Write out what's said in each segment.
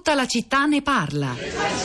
Tutta la città ne parla.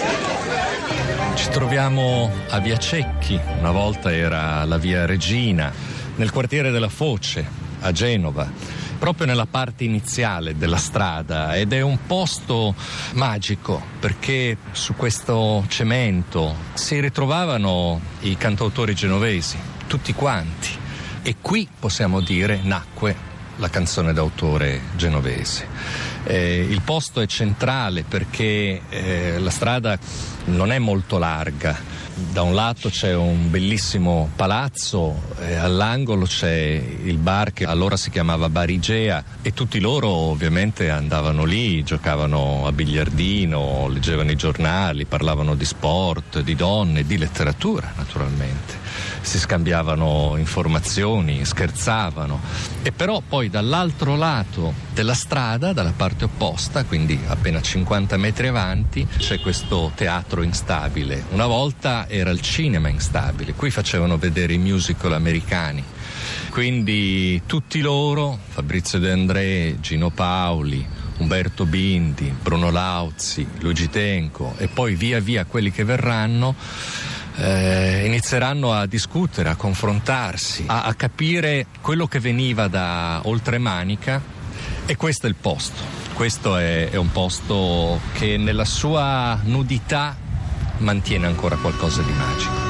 Ci troviamo a Via Cecchi, una volta era la Via Regina, nel quartiere della Foce, a Genova, proprio nella parte iniziale della strada, ed è un posto magico perché su questo cemento si ritrovavano i cantautori genovesi, tutti quanti, e qui possiamo dire nacque la canzone d'autore genovese. Il posto è centrale perché la strada non è molto larga. Da un lato c'è un bellissimo palazzo, all'angolo c'è il bar che allora si chiamava Bar Igea, e tutti loro ovviamente andavano lì, giocavano a biliardino, leggevano i giornali, parlavano di sport, di donne, di letteratura naturalmente. Si scambiavano informazioni, scherzavano, e però poi dall'altro lato della strada, dalla parte opposta, quindi appena 50 metri avanti, c'è questo teatro instabile. Una volta era il cinema instabile, qui facevano vedere i musical americani, quindi tutti loro, Fabrizio De André, Gino Paoli, Umberto Bindi, Bruno Lauzi, Luigi Tenco, e poi via via quelli che verranno inizieranno a discutere, a confrontarsi, a capire quello che veniva da Oltremanica, e questo è il posto. Questo è un posto che nella sua nudità mantiene ancora qualcosa di magico.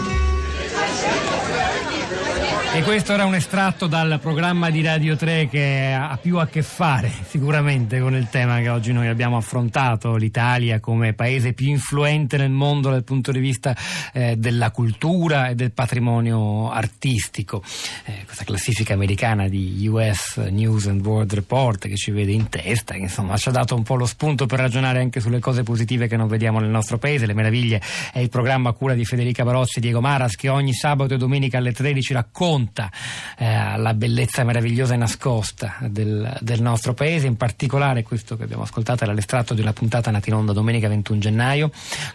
E questo era un estratto dal programma di Radio 3 che ha più a che fare sicuramente con il tema che oggi noi abbiamo affrontato, l'Italia come paese più influente nel mondo dal punto di vista della cultura e del patrimonio artistico. Questa classifica americana di US News and World Report che ci vede in testa, che insomma ci ha dato un po' lo spunto per ragionare anche sulle cose positive che non vediamo nel nostro paese. Le meraviglie è il programma a cura di Federica Barozzi e Diego Maras, che ogni sabato e domenica alle 13 racconta la bellezza meravigliosa e nascosta del nostro paese. In particolare questo che abbiamo ascoltato era l'estratto di una puntata nata in onda domenica 21 gennaio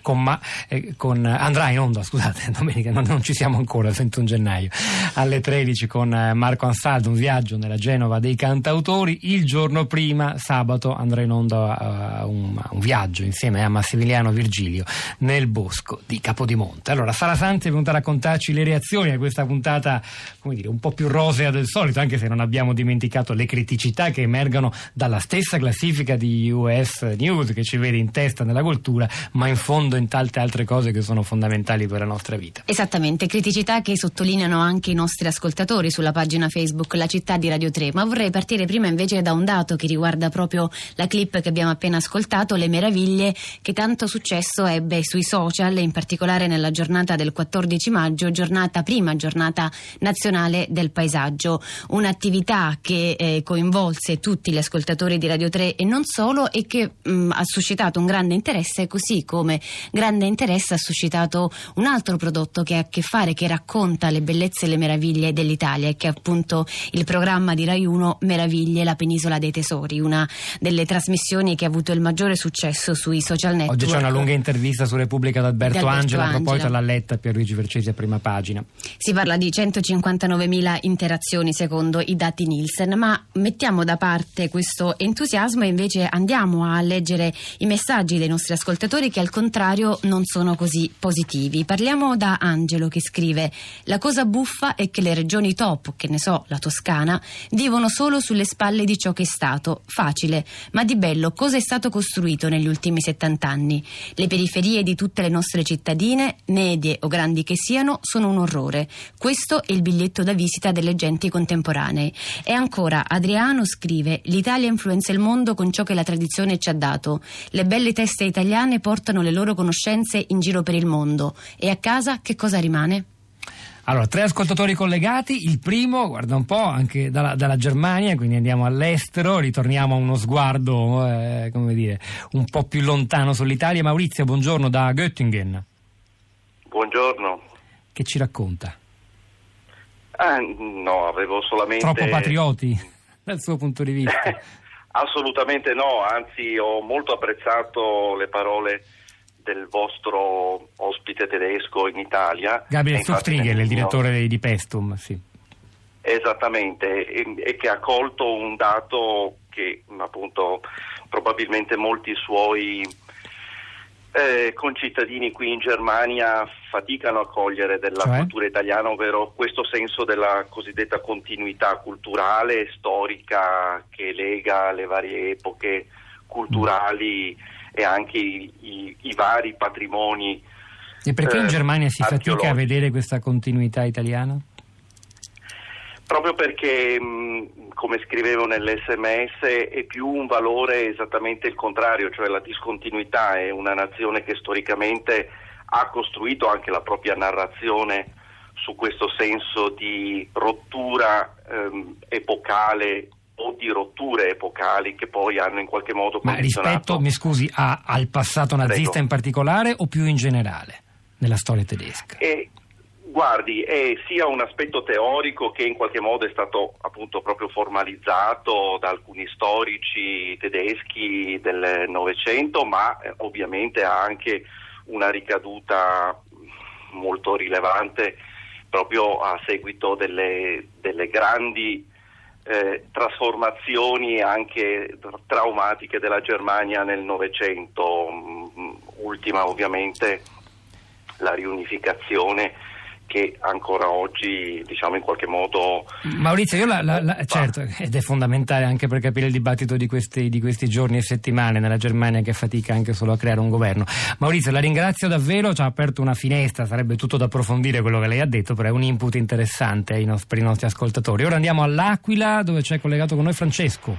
andrà in onda, scusate, domenica non ci siamo ancora, il 21 gennaio alle 13 con Marco Ansaldo, un viaggio nella Genova dei cantautori. Il giorno prima, sabato, andrà in onda un viaggio insieme a Massimiliano Virgilio nel bosco di Capodimonte. Allora, Sara Sanzi è venuta a raccontarci le reazioni a questa puntata, come dire, un po' più rosea del solito, anche se non abbiamo dimenticato le criticità che emergono dalla stessa classifica di US News che ci vede in testa nella cultura, ma in fondo in tante altre cose che sono fondamentali per la nostra vita. Esattamente, criticità che sottolineano anche i nostri ascoltatori sulla pagina Facebook La Città di Radio 3, ma vorrei partire prima invece da un dato che riguarda proprio la clip che abbiamo appena ascoltato, le meraviglie che tanto successo ebbe sui social, in particolare nella giornata del 14 maggio, prima giornata nazionale del paesaggio, un'attività che coinvolse tutti gli ascoltatori di Radio 3 e non solo, e che ha suscitato un grande interesse, così come grande interesse ha suscitato un altro prodotto che ha a che fare, che racconta le bellezze e le meraviglie dell'Italia, e che è appunto il programma di Rai 1 Meraviglie, la penisola dei tesori, una delle trasmissioni che ha avuto il maggiore successo sui social network. Oggi c'è una lunga intervista su Repubblica da Alberto Angela, a proposito l'ha letta Pierluigi Vercesi a prima pagina. Si parla di 159.000 interazioni secondo i dati Nielsen, ma mettiamo da parte questo entusiasmo e invece andiamo a leggere i messaggi dei nostri ascoltatori, che al contrario non sono così positivi. Parliamo da Angelo, che scrive: la cosa buffa è che le regioni top, che ne so, la Toscana, vivono solo sulle spalle di ciò che è stato. Facile, ma di bello cosa è stato costruito negli ultimi 70 anni? Le periferie di tutte le nostre cittadine, medie o grandi che siano, sono un orrore. Questo è il biglietto da visita delle genti contemporanee. E ancora Adriano scrive: l'Italia influenza il mondo con ciò che la tradizione ci ha dato. Le belle teste italiane portano le loro conoscenze in giro per il mondo. E a casa che cosa rimane? Allora, 3 ascoltatori collegati. Il primo, guarda un po', anche dalla Germania, quindi andiamo all'estero, ritorniamo a uno sguardo, come dire, un po' più lontano sull'Italia. Maurizio, buongiorno da Göttingen. Buongiorno. Che ci racconta? No, avevo solamente... Troppo patrioti dal suo punto di vista? Assolutamente no, anzi ho molto apprezzato le parole del vostro ospite tedesco in Italia. Gabriel Zuchtriegel, il direttore di Pestum, sì. Esattamente, e che ha colto un dato che appunto probabilmente molti suoi concittadini qui in Germania faticano a cogliere della cultura italiana, ovvero questo senso della cosiddetta continuità culturale e storica che lega le varie epoche culturali e anche i vari patrimoni. E perché in Germania si fatica a vedere questa continuità italiana? Proprio perché, come scrivevo nell'SMS, è più un valore esattamente il contrario, cioè la discontinuità. È una nazione che storicamente ha costruito anche la propria narrazione su questo senso di rottura epocale o di rotture epocali che poi hanno in qualche modo condizionato. Ma rispetto, mi scusi, al passato nazista in particolare o più in generale nella storia tedesca? Guardi, è sia un aspetto teorico che in qualche modo è stato appunto proprio formalizzato da alcuni storici tedeschi del Novecento, ma ovviamente ha anche una ricaduta molto rilevante proprio a seguito delle grandi trasformazioni anche traumatiche della Germania nel Novecento, ultima ovviamente la riunificazione che ancora oggi, diciamo, in qualche modo... Maurizio, certo, ed è fondamentale anche per capire il dibattito di questi giorni e settimane nella Germania, che fatica anche solo a creare un governo. Maurizio, la ringrazio davvero, ci ha aperto una finestra, sarebbe tutto da approfondire quello che lei ha detto, però è un input interessante per i nostri ascoltatori. Ora andiamo all'Aquila, dove c'è collegato con noi Francesco.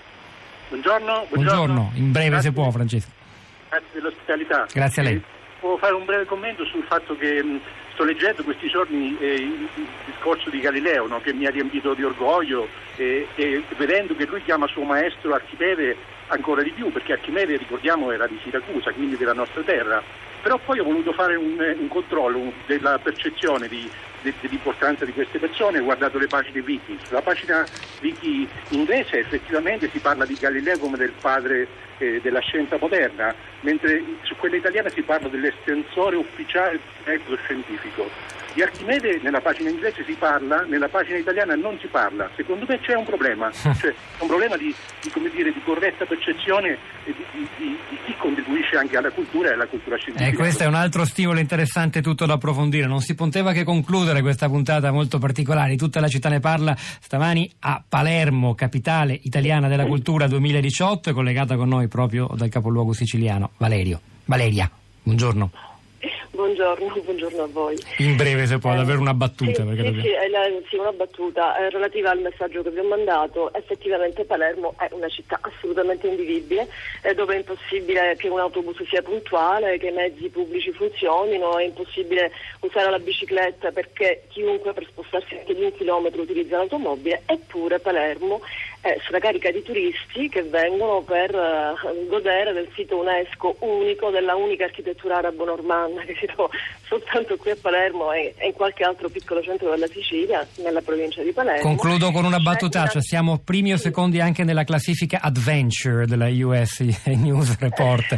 Buongiorno. In breve, grazie, se può, Francesco. Grazie dell'ospitalità. Grazie a lei. Puedo fare un breve commento sul fatto che sto leggendo questi giorni il discorso di Galileo, no? Che mi ha riempito di orgoglio e vedendo che lui chiama suo maestro Archimede ancora di più, perché Archimede, ricordiamo, era di Siracusa, quindi della nostra terra. Però poi ho voluto fare un controllo della percezione dell'importanza di queste persone. Ho guardato le pagine wiki. Sulla pagina wiki inglese effettivamente si parla di Galileo come del padre della scienza moderna, mentre su quella italiana si parla dell'estensore ufficiale del metodo scientifico. Di Archimede nella pagina inglese si parla, nella pagina italiana non si parla. Secondo me c'è un problema, cioè un problema di corretta percezione di chi contribuisce anche alla cultura e alla cultura scientifica. Questo è un altro stimolo interessante, tutto da approfondire. Non si poteva che concludere questa puntata molto particolare. Tutta la città ne parla stamani a Palermo, capitale italiana della cultura 2018, è collegata con noi proprio dal capoluogo siciliano Valeria. Buongiorno. Buongiorno a voi. In breve, se può, davvero una battuta. Sì, una battuta relativa al messaggio che vi ho mandato. Effettivamente Palermo è una città assolutamente invivibile, dove è impossibile che un autobus sia puntuale, che i mezzi pubblici funzionino, è impossibile usare la bicicletta perché chiunque per spostarsi anche di 1 chilometro utilizza l'automobile, eppure Palermo è stracarica di turisti che vengono per godere del sito UNESCO unico, della unica architettura arabo-normanna che si trova soltanto qui a Palermo e in qualche altro piccolo centro della Sicilia, nella provincia di Palermo. Concludo con una battutaccia, siamo primi o secondi anche nella classifica Adventure della US News Report,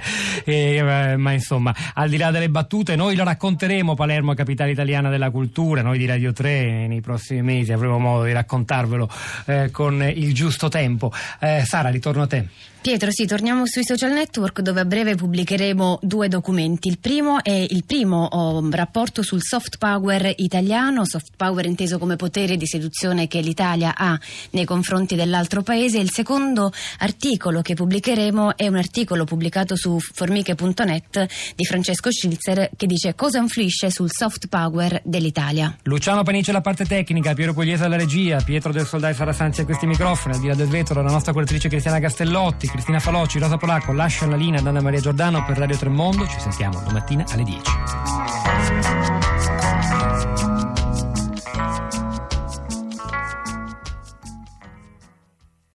ma insomma, al di là delle battute, noi lo racconteremo, Palermo, capitale italiana della cultura, noi di Radio 3 nei prossimi mesi avremo modo di raccontarvelo con il giusto tempo. Sara, ritorno a te. Pietro, sì, torniamo sui social network, dove a breve pubblicheremo 2 documenti. Il primo è il primo rapporto sul soft power italiano, soft power inteso come potere di seduzione che l'Italia ha nei confronti dell'altro paese. Il secondo articolo che pubblicheremo è un articolo pubblicato su formiche.net di Francesco Schilzer, che dice cosa influisce sul soft power dell'Italia. Luciano Panice alla parte tecnica, Piero Pugliese alla regia, Pietro del Soldai Sara Sanzi a questi microfoni, al di là del vetro la nostra curatrice Cristiana Castellotti, Cristina Falocci, Rosa Polacco lascia la linea ad Anna Maria Giordano per Radio Tremondo. Ci sentiamo domattina alle 10.